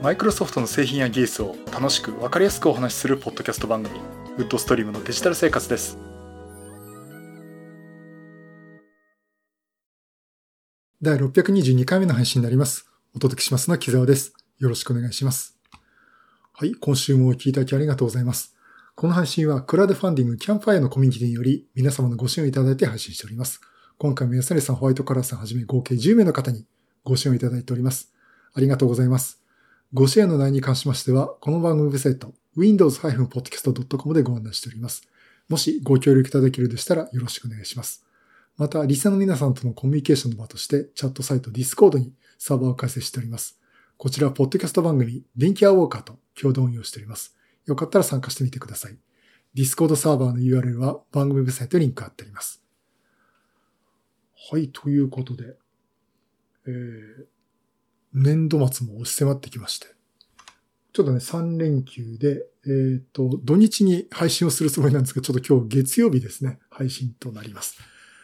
マイクロソフトの製品や技術を楽しく分かりやすくお話しするポッドキャスト番組、ウッドストリームのデジタル生活です。 第622回目の配信になります。お届けしますのは木澤です。よろしくお願いします。はい、今週もお聞きいただきありがとうございます。この配信はクラウドファンディングキャンプファイアのコミュニティにより皆様のご支援をいただいて配信しております。今回も安成さん、ホワイトカラーさんはじめ合計10名の方にご支援をいただいております。ありがとうございます。ご支援の内容に関しましては、この番組ウェブサイト、windows-podcast.com でご案内しております。もしご協力いただけるでしたらよろしくお願いします。また、リスナーの皆さんとのコミュニケーションの場として、チャットサイト Discord にサーバーを開設しております。こちらはポッドキャスト番組、電気アウォーカーと共同運用しております。よかったら参加してみてください。Discord サーバーの URL は番組ウェブサイトにリンク貼ってあります。はい、ということで、年度末も押し迫ってきまして、ちょっとね、3連休で、土日に配信をするつもりなんですが、ちょっと今日月曜日ですね、配信となります。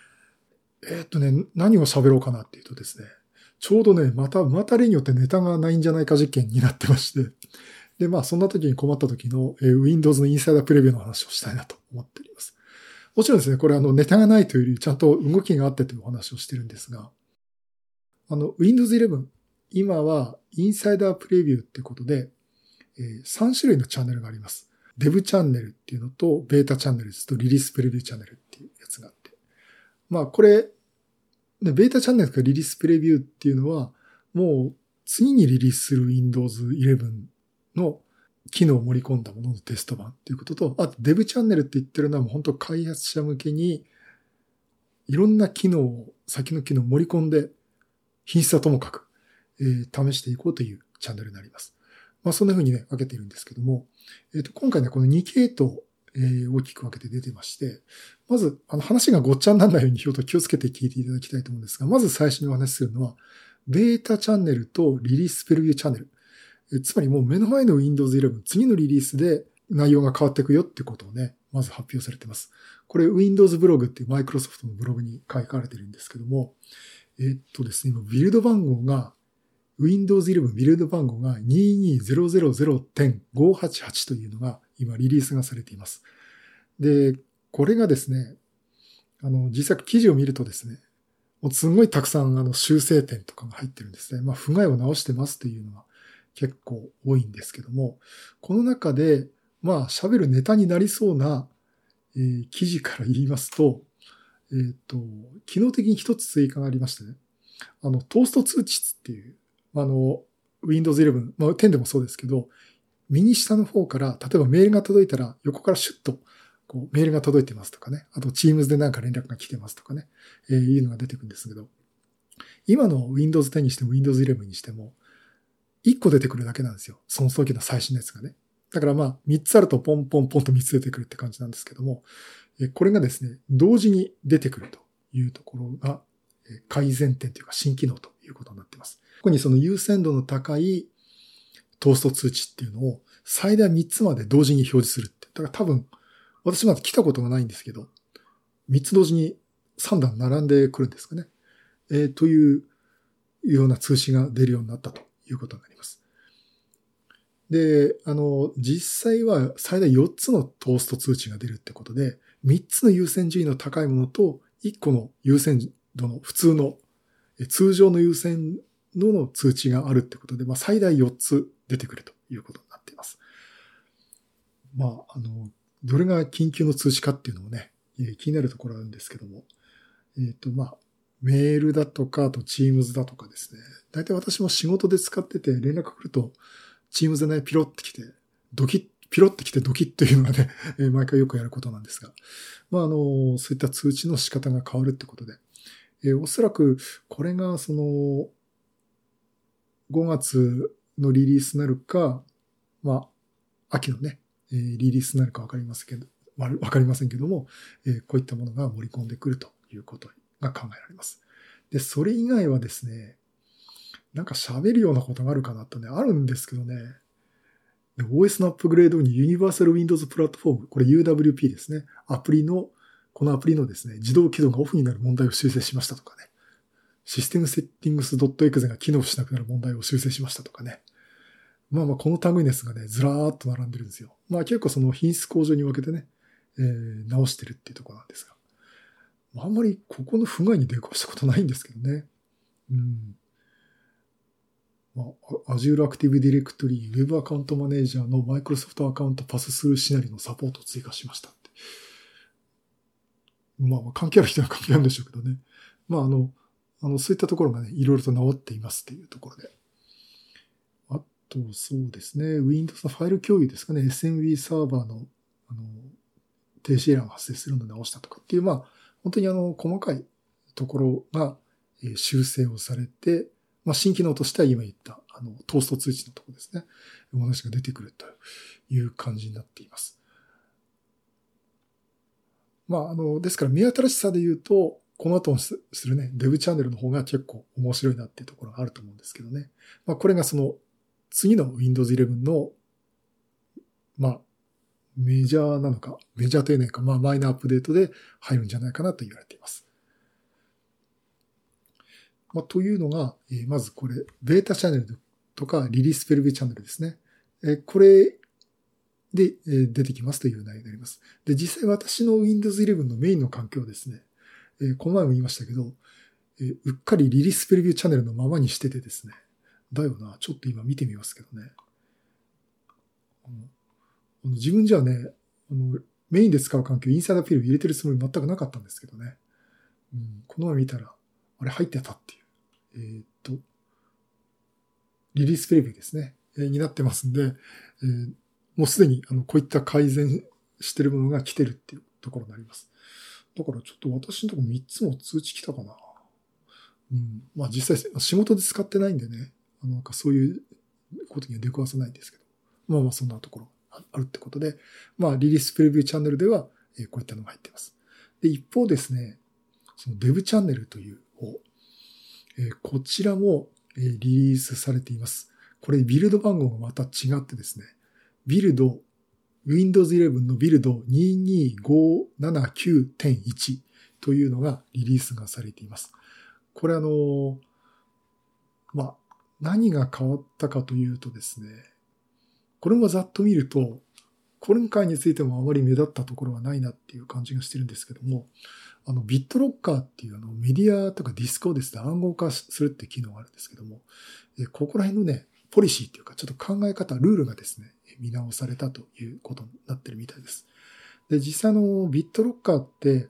何を喋ろうかなっていうとですね、ちょうどね、また例によってネタがないんじゃないか実験になってまして、で、そんな時に困った時の、Windows のインサイダープレビューの話をしたいなと思っております。もちろんですね、これネタがないというより、ちゃんと動きがあってというお話をしてるんですが、Windows 11、今はインサイダープレビューってことで、3種類のチャンネルがあります。デブチャンネルっていうのと、ベータチャンネルとリリースプレビューチャンネルっていうやつがあって。これ、ベータチャンネルとかリリースプレビューっていうのは、もう次にリリースする Windows 11の機能を盛り込んだもののテスト版ということと、あとデブチャンネルって言ってるのはもう本当開発者向けにいろんな機能を、先の機能を盛り込んで、品質はともかく、試していこうというチャンネルになります。そんな風にね、分けているんですけども、今回ね、この2系統、大きく分けて出てまして、まず、話がごっちゃにならないように気をつけて聞いていただきたいと思うんですが、まず最初にお話しするのは、ベータチャンネルとリリースプレビューチャンネル。つまりもう目の前の Windows 11、次のリリースで内容が変わっていくよってことをね、まず発表されています。これ Windows ブログっていうマイクロソフトのブログに書かれているんですけども、ですね、今ビルド番号がWindows 11ビルド番号が 22000.588 というのが今リリースがされています。で、これがですね、実際記事を見るとですね、もうすごいたくさん修正点とかが入ってるんですね。不具合を直してますというのが結構多いんですけども、この中で、喋るネタになりそうな、記事から言いますと、機能的に一つ追加がありましてね、トースト通知っていう、Windows 11、10でもそうですけど、右下の方から、例えばメールが届いたら、横からシュッと、メールが届いてますとかね。あと、Teams でなんか連絡が来てますとかね。いうのが出てくるんですけど、今の Windows 10にしても Windows 11にしても、1個出てくるだけなんですよ。その時の最新のやつがね。だから3つあるとポンポンポンと3つ出てくるって感じなんですけども、これがですね、同時に出てくるというところが、改善点というか新機能ということになっています。ここにその優先度の高いトースト通知っていうのを最大3つまで同時に表示するって。だから多分、私まだ来たことがないんですけど、3つ同時に3段並んでくるんですかね。というような通知が出るようになったということになります。で、実際は最大4つのトースト通知が出るってことで、3つの優先順位の高いものと1個の優先度の普通の、通常の優先度の通知があるってことで、最大4つ出てくるということになっています。どれが緊急の通知かっていうのもね、気になるところあるんですけども、メールだとか、あと Teams だとかですね、大体私も仕事で使ってて連絡来ると、Teams でね、ピロってきて、ピロってきてドキッというのがね、毎回よくやることなんですが、そういった通知の仕方が変わるってことで、おそらくこれが5月のリリースになるか、秋のね、リリースになるかわかりませんけども、こういったものが盛り込んでくるということが考えられます。で、それ以外はですね、なんか喋るようなことがあるかなとね、あるんですけどね、OS のアップグレードにユニバーサル Windows プラットフォーム、これ UWP ですね。このアプリのですね、自動起動がオフになる問題を修正しましたとかね。システムセッティングス .exe が機能しなくなる問題を修正しましたとかね。 まあまあこの類のやつがね、ずらーっと並んでるんですよ。まあ結構その品質向上に分けてね、直してるっていうところなんですが。あんまりここの不具合に出くわしたことないんですけどね。うん。まあ、Azure Active Directory Web アカウントマネージャーの Microsoft アカウントパススルーシナリのサポートを追加しましたって。まあ関係ある人は関係あるんでしょうけどね。まあそういったところがね、いろいろと直っていますっていうところで。あと、そうですね。Windows のファイル共有ですかね。SMB サーバーの、停止エラーが発生するのを直したとかっていう、まあ、本当に細かいところが修正をされて、まあ、新機能としては今言った、トースト通知のところですね。お話が出てくるという感じになっています。まあ、ですから目新しさで言うと、この後するね、デブチャンネルの方が結構面白いなっていうところがあると思うんですけどね。まあ、これがその次の Windows 11の、まあ、メジャーなのか、メジャーというのか、まあ、マイナーアップデートで入るんじゃないかなと言われています。まあ、というのが、まずこれ、ベータチャンネルとかリリースプレビューチャンネルですね。これで出てきますという内容になります。で、実際私の Windows 11のメインの環境ですね、この前も言いましたけど、うっかりリリースプレビューチャンネルのままにしててですね、だよな、ちょっと今見てみますけどね。自分じゃね、メインで使う環境、インサイダーフィルム入れてるつもり全くなかったんですけどね。この前見たら、あれ入ってたっていう。リリースプレビューですね。になってますんで、もうすでにこういった改善してるものが来てるっていうところになります。だからちょっと私のところ3つも通知来たかな。まあ実際仕事で使ってないんでね、なんかそういうことには出くわさないんですけど、まあまあそんなところあるってことで、まあリリースプレビューチャンネルではこういったのが入っています。で、一方ですね、そのデブチャンネルという方、こちらもリリースされています。これビルド番号がまた違ってですね、ビルド、Windows 11のビルド22579.1というのがリリースがされています。これまあ、何が変わったかというとですね、これもざっと見ると、今回についてもあまり目立ったところはないなっていう感じがしてるんですけども、ビットロッカーっていうメディアとかディスクをですね、暗号化するって機能があるんですけども、ここら辺のね、ポリシーっていうか、ちょっと考え方、ルールがですね、見直されたということになってるみたいです。で、実際ビットロッカーって、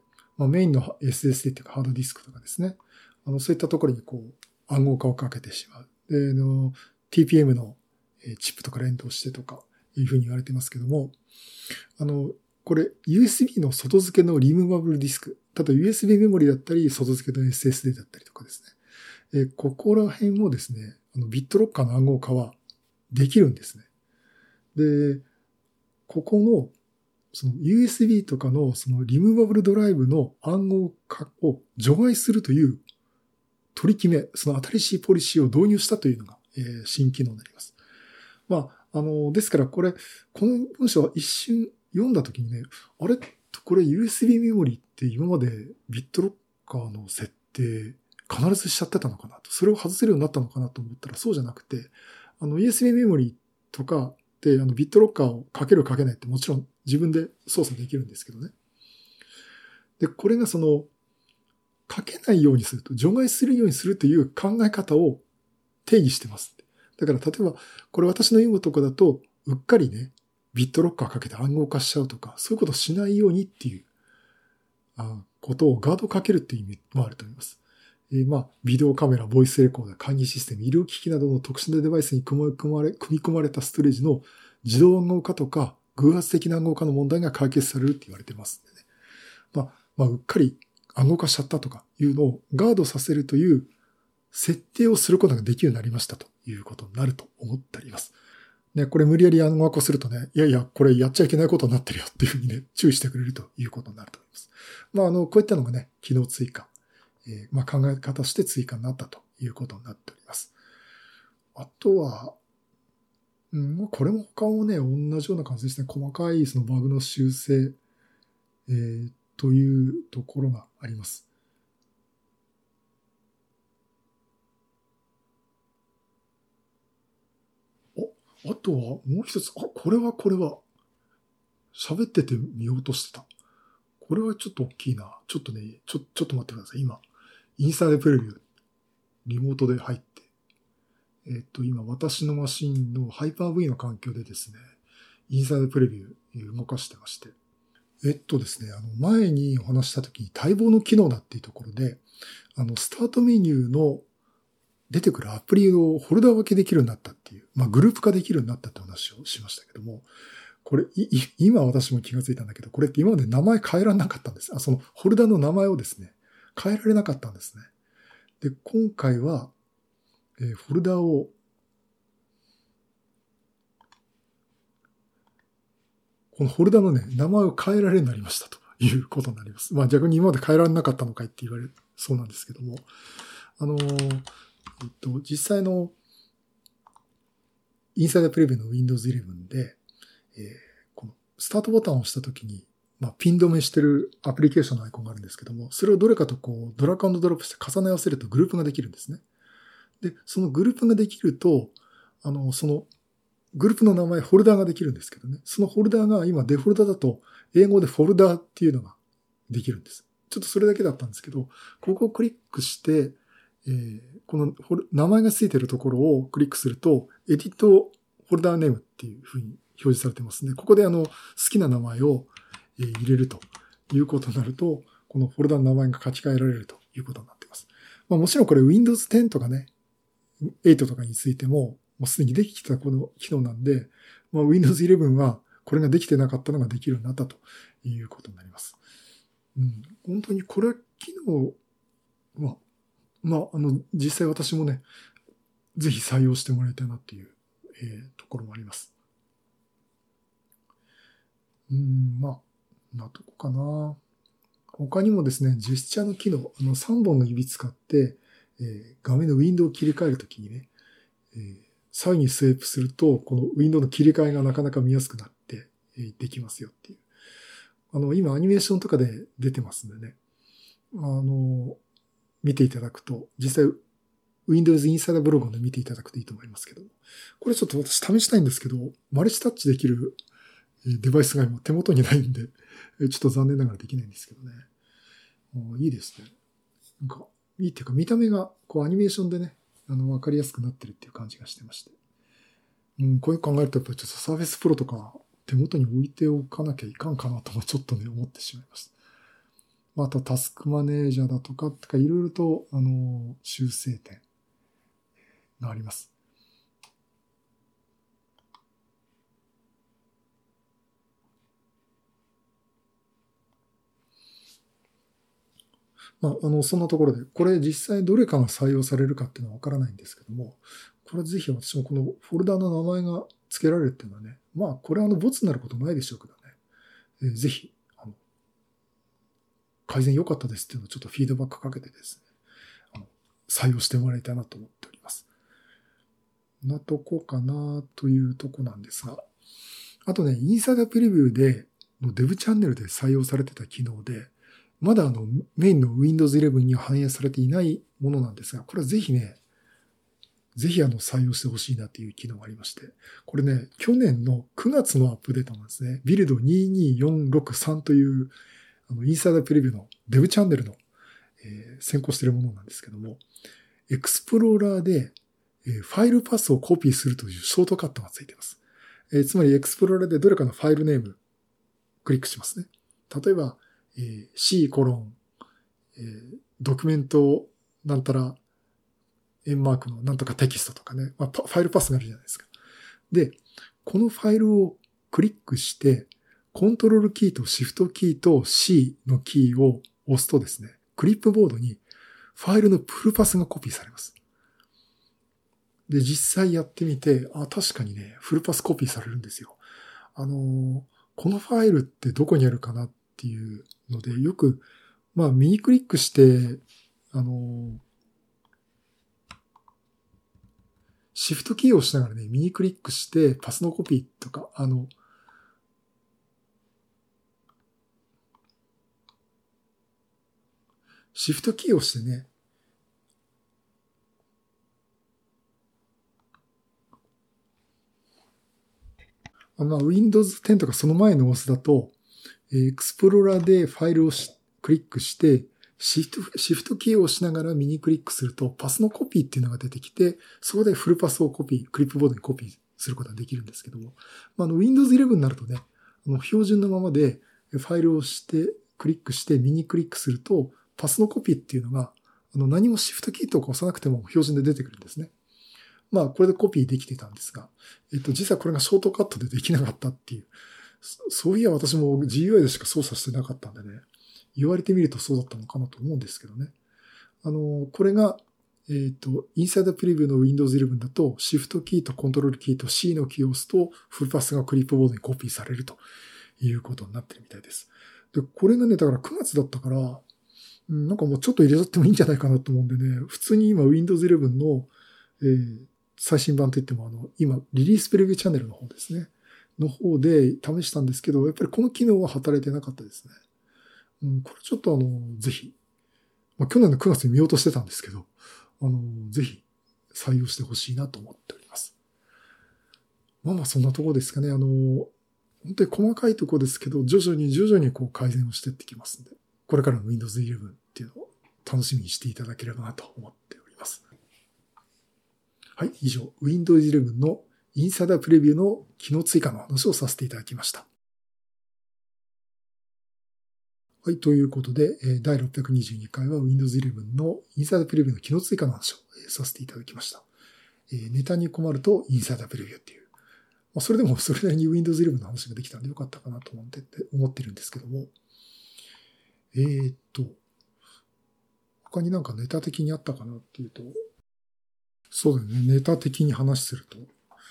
まあ、メインの SSD っていうかハードディスクとかですね、そういったところにこう、暗号化をかけてしまう。で、TPM のチップとか連動してとか、いうふうに言われてますけども、これ USB の外付けのリムーバブルディスク、例えば USB メモリだったり、外付けの SSD だったりとかですね。ここら辺もですね、ビットロッカーの暗号化はできるんですね。で、ここの、その USB とかのそのリムーバブルドライブの暗号化を除外するという取り決め、その新しいポリシーを導入したというのが、新機能になります。まあ、ですからこの文章は一瞬読んだときにね、あれこれ USB メモリって今までビットロッカーの設定必ずしちゃってたのかなと、それを外せるようになったのかなと思ったらそうじゃなくて、USB メモリとかでビットロッカーをかけるかけないってもちろん自分で操作できるんですけどね。で、これがかけないようにすると、除外するようにするという考え方を定義してます。だから例えば、これ私の言うとこだと、うっかりね、ビットロッカーかけて暗号化しちゃうとか、そういうことをしないようにっていうことをガードかけるっていう意味もあると思います。まあ、ビデオカメラ、ボイスレコーダー、会議システム、医療機器などの特殊なデバイスに組み込まれたストレージの自動暗号化とか、偶発的な暗号化の問題が解決されるって言われてますんでね。まあ、うっかり暗号化しちゃったとかいうのをガードさせるという設定をすることができるようになりましたということになると思ってあります。ね、これ無理やり暗号化するとね、いやいや、これやっちゃいけないことになってるよっていうふうにね、注意してくれるということになると思います。まあ、こういったのがね、機能追加、まあ考え方として追加になったということになっております。あとは、これも他もね、同じような感じですね。細かいそのバグの修正、というところがあります。 あとは、もう一つ、これは、喋ってて見ようとしてた。これはちょっと大きいな。ちょっと待ってください。今、インサイドプレビュー、リモートで入って、今、私のマシンのハイパー V の環境でですね、インサイドプレビュー動かしてまして。ですね、前にお話したときに待望の機能だっていうところで、スタートメニューの出てくるアプリをフォルダ分けできるようになったっていう、グループ化できるようになったって話をしましたけども、これ、今私も気がついたんだけど、これって今まで名前変えられなかったんです。そのフォルダの名前をですね、変えられなかったんですね。で、今回は、フォルダを、このフォルダのね、名前を変えられるようになりましたということになります。逆に今まで変えられなかったのかいって言われるそうなんですけども、実際のインサイドプレビューの Windows 11で、このスタートボタンを押したときに、ピン止めしてるアプリケーションのアイコンがあるんですけども、それをどれかとドラッグ&ドロップして重ね合わせるとグループができるんですね。で、そのグループができると、そのグループの名前、フォルダーができるんですけどね。そのフォルダーが今デフォルトだと、英語でフォルダーっていうのができるんです。ちょっとそれだけだったんですけど、ここをクリックして、この名前がついているところをクリックすると、エディットフォルダーネームっていうふうに表示されてますね。ここで好きな名前を入れるということになると、このフォルダの名前が書き換えられるということになっています。もちろんこれ Windows 10とかね、8とかについても、もうすでにできてたこの機能なんで、Windows 11はこれができてなかったのができるようになったということになります。本当にこれ機能は、実際私もね、ぜひ採用してもらいたいなっていう、ところもあります。とこかな。他にもですね、ジェスチャーの機能、3本の指使って、画面のウィンドウを切り替えるときにね、左右にスワイプすると、このウィンドウの切り替えがなかなか見やすくなって、できますよっていう。今アニメーションとかで出てますんでね、見ていただくと、実際、Windows インサイダーブログで見ていただくといいと思いますけど、これちょっと私試したいんですけど、マルチタッチできるデバイスが今手元にないんで、ちょっと残念ながらできないんですけどね。いいですね。いいっていうか見た目がアニメーションでね、わかりやすくなってるっていう感じがしてまして。こういう考えるとやっぱりちょっとサーフェスプロとか手元に置いておかなきゃいかんかなともちょっとね、思ってしまいます。あとタスクマネージャーだとかいろいろと、修正点があります。そんなところで、これ実際どれかが採用されるかっていうのはわからないんですけども、これぜひ私もこのフォルダの名前が付けられるっていうのはね、これボツになることないでしょうけどね、ぜひ、改善良かったですっていうのをちょっとフィードバックかけてですね、採用してもらいたいなと思っております。なとこかなというとこなんですが、あとね、インサイダープレビューで、のデブチャンネルで採用されてた機能で、まだメインの Windows 11には反映されていないものなんですが、これはぜひ採用してほしいなっていう機能がありまして、これね、去年の9月のアップデートなんですね。ビルド22463というインサイダープレビューのデブチャンネルの、先行しているものなんですけども、エクスプローラーで、ファイルパスをコピーするというショートカットがついています。つまりエクスプローラーでどれかのファイルネームクリックしますね。例えば、C コロン、ドキュメントなんたら円マークのなんとかテキストとかね、ファイルパスがあるじゃないですか。で、このファイルをクリックして、コントロールキーとシフトキーと C のキーを押すとですね、クリップボードにファイルのフルパスがコピーされます。で、実際やってみて、確かにね、フルパスコピーされるんですよ。このファイルってどこにあるかなっていうので、よく、右クリックして、シフトキーを押しながらね、右クリックして、パスのコピーとか、シフトキーを押してね、 Windows 10とかその前の OS だと、エクスプローラーでファイルをクリックして、シフトキーを押しながら右クリックすると、パスのコピーっていうのが出てきて、そこでフルパスをクリップボードにコピーすることができるんですけども、Windows 11になるとね、標準のままでファイルをクリックして右クリックすると、パスのコピーっていうのが、何もシフトキーとか押さなくても標準で出てくるんですね。これでコピーできてたんですが、実はこれがショートカットでできなかったっていう、そういや私も GUI でしか操作してなかったんでね、言われてみるとそうだったのかなと思うんですけどね。これが、インサイドプレビューの Windows 11だと、シフトキーとコントロールキーと C のキーを押すと、フルパスがクリップボードにコピーされるということになってるみたいです。で、これがね、だから9月だったから、なんかもうちょっと入れちゃってもいいんじゃないかなと思うんでね、普通に今 Windows 11の、最新版といっても今、リリースプレビューチャンネルの方ですね。の方で試したんですけど、やっぱりこの機能は働いてなかったですね。これちょっとぜひ、去年の9月に見ようとしてたんですけど、ぜひ採用してほしいなと思っております。そんなところですかね。本当に細かいところですけど、徐々にこう改善をしていってきますんで、これからの Windows 11っていうのを楽しみにしていただければなと思っております。はい、以上、Windows 11のインサイダープレビューの機能追加の話をさせていただきました。はい、ということで、第622回は Windows 11のインサイダープレビューの機能追加の話をさせていただきました。ネタに困るとインサイダープレビューっていう。それでもそれなりに Windows 11の話ができたんでよかったかなと思ってるんですけども。他になんかネタ的にあったかなっていうと、そうだね、ネタ的に話すると、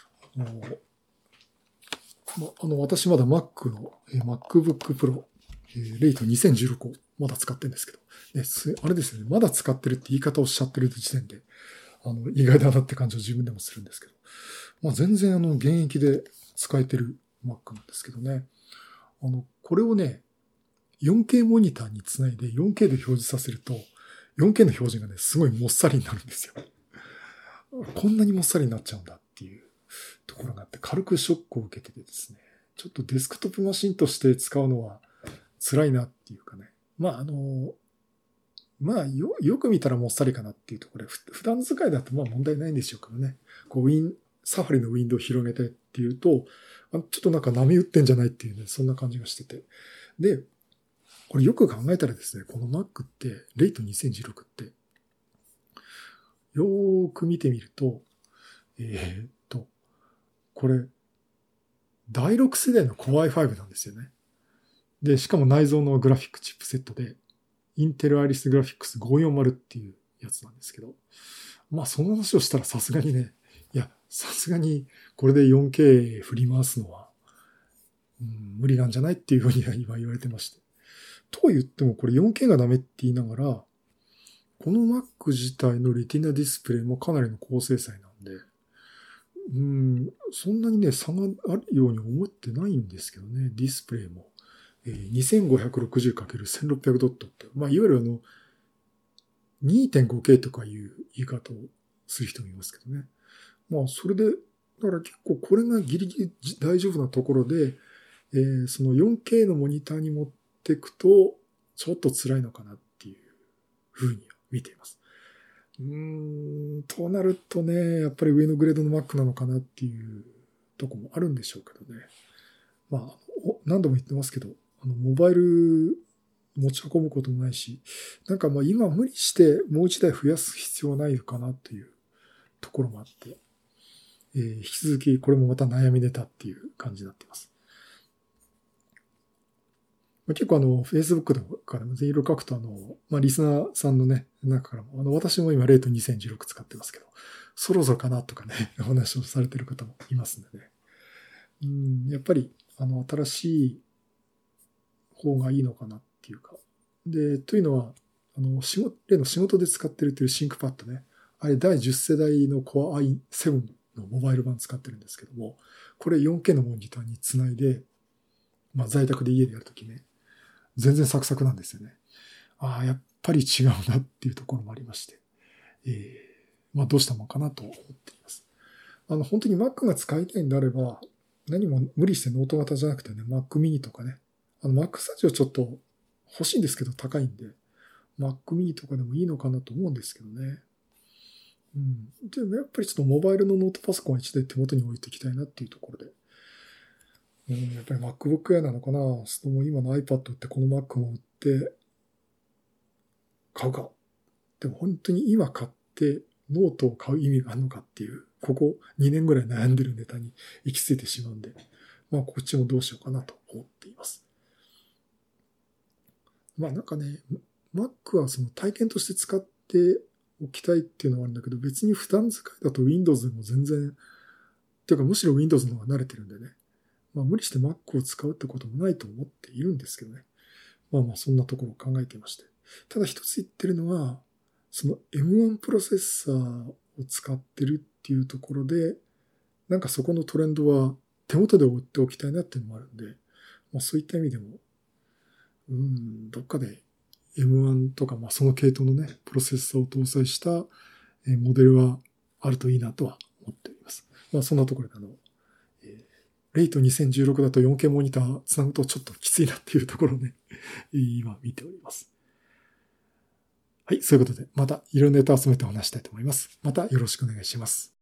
私まだ Mac の、MacBook Pro、レイト2016をまだ使ってるんですけど、あれですね、まだ使ってるって言い方をしちゃってる時点で、意外だなって感じを自分でもするんですけど、全然現役で使えてる Mac なんですけどね、これをね、4K モニターにつないで 4K で表示させると、4K の表示がね、すごいもっさりになるんですよ。こんなにもっさりになっちゃうんだっていうところがあって、軽くショックを受けててですね、ちょっとデスクトップマシンとして使うのは辛いなっていうかね。よく見たらもっさりかなっていうところで、普段使いだと問題ないんでしょうからね。こう、サファリのウィンドウを広げてっていうと、ちょっとなんか波打ってんじゃないっていうね、そんな感じがしてて。で、これよく考えたらですね、この Mac って、レイト2016って、よーく見てみると、これ、第6世代の Core i5 なんですよね。で、しかも内蔵のグラフィックチップセットで、Intel Iris Graphics 540っていうやつなんですけど、その話をしたらさすがにね、さすがにこれで 4K 振り回すのは、無理なんじゃないっていうふうには今言われてまして。と言ってもこれ 4K がダメって言いながら、この Mac 自体のレティナディスプレイもかなりの高精細なんで、そんなにね、差があるように思ってないんですけどね、ディスプレイも。2560×1600 ドットって、いわゆる2.5K とかいう言い方をする人もいますけどね。それで、だから結構これがギリギリ大丈夫なところで、その 4K のモニターに持っていくと、ちょっと辛いのかなっていうふうに見ています。となるとね、やっぱり上のグレードの Mac なのかなっていうとこもあるんでしょうけどね。何度も言ってますけど、モバイル持ち運ぶこともないし、なんか今無理してもう一台増やす必要はないのかなっていうところもあって、引き続きこれもまた悩みネタっていう感じになっています。結構Facebook とかでもいろいろ書くとリスナーさんのね、中からも、私も今レート2016使ってますけど、そろそろかなとかね、お話をされてる方もいますんでね。やっぱり、新しい方がいいのかなっていうか。で、というのは、例の仕事で使ってるというシンクパッドね。あれ第10世代の Core i7 のモバイル版使ってるんですけども、これ 4K のモニターにつないで、在宅で家でやるときね、全然サクサクなんですよね。やっぱり違うなっていうところもありまして、どうしたもんかなと思っています。本当に Mac が使いたいんであれば、 何も無理してノート型じゃなくてね、Mac mini とかね、Mac Studio ちょっと欲しいんですけど高いんで、Mac mini とかでもいいのかなと思うんですけどね。でもやっぱりちょっとモバイルのノートパソコンは一台手元に置いていきたいなっていうところで。やっぱり MacBook Air なのかな。その今の iPad 売ってこの Mac も売って買うか。でも本当に今買ってノートを買う意味があるのかっていう、ここ2年ぐらい悩んでるネタに行き着いてしまうんで、こっちもどうしようかなと思っています。なんかね、Mac はその体験として使っておきたいっていうのはあるんだけど、別に普段使いだと Windows でも全然、っていうかむしろ Windows の方が慣れてるんでね。無理して Mac を使うってこともないと思っているんですけどね。そんなところを考えていまして。ただ一つ言ってるのは、その M1 プロセッサーを使ってるっていうところで、なんかそこのトレンドは手元で追っておきたいなっていうのもあるんで、そういった意味でも、どっかで M1 とか、その系統のね、プロセッサーを搭載したモデルはあるといいなとは思っております。そんなところでレイト2016だと 4K モニターつなぐとちょっときついなっていうところをね、今見ております。はい、そういうことで、またいろんなネタを集めてお話したいと思います。またよろしくお願いします。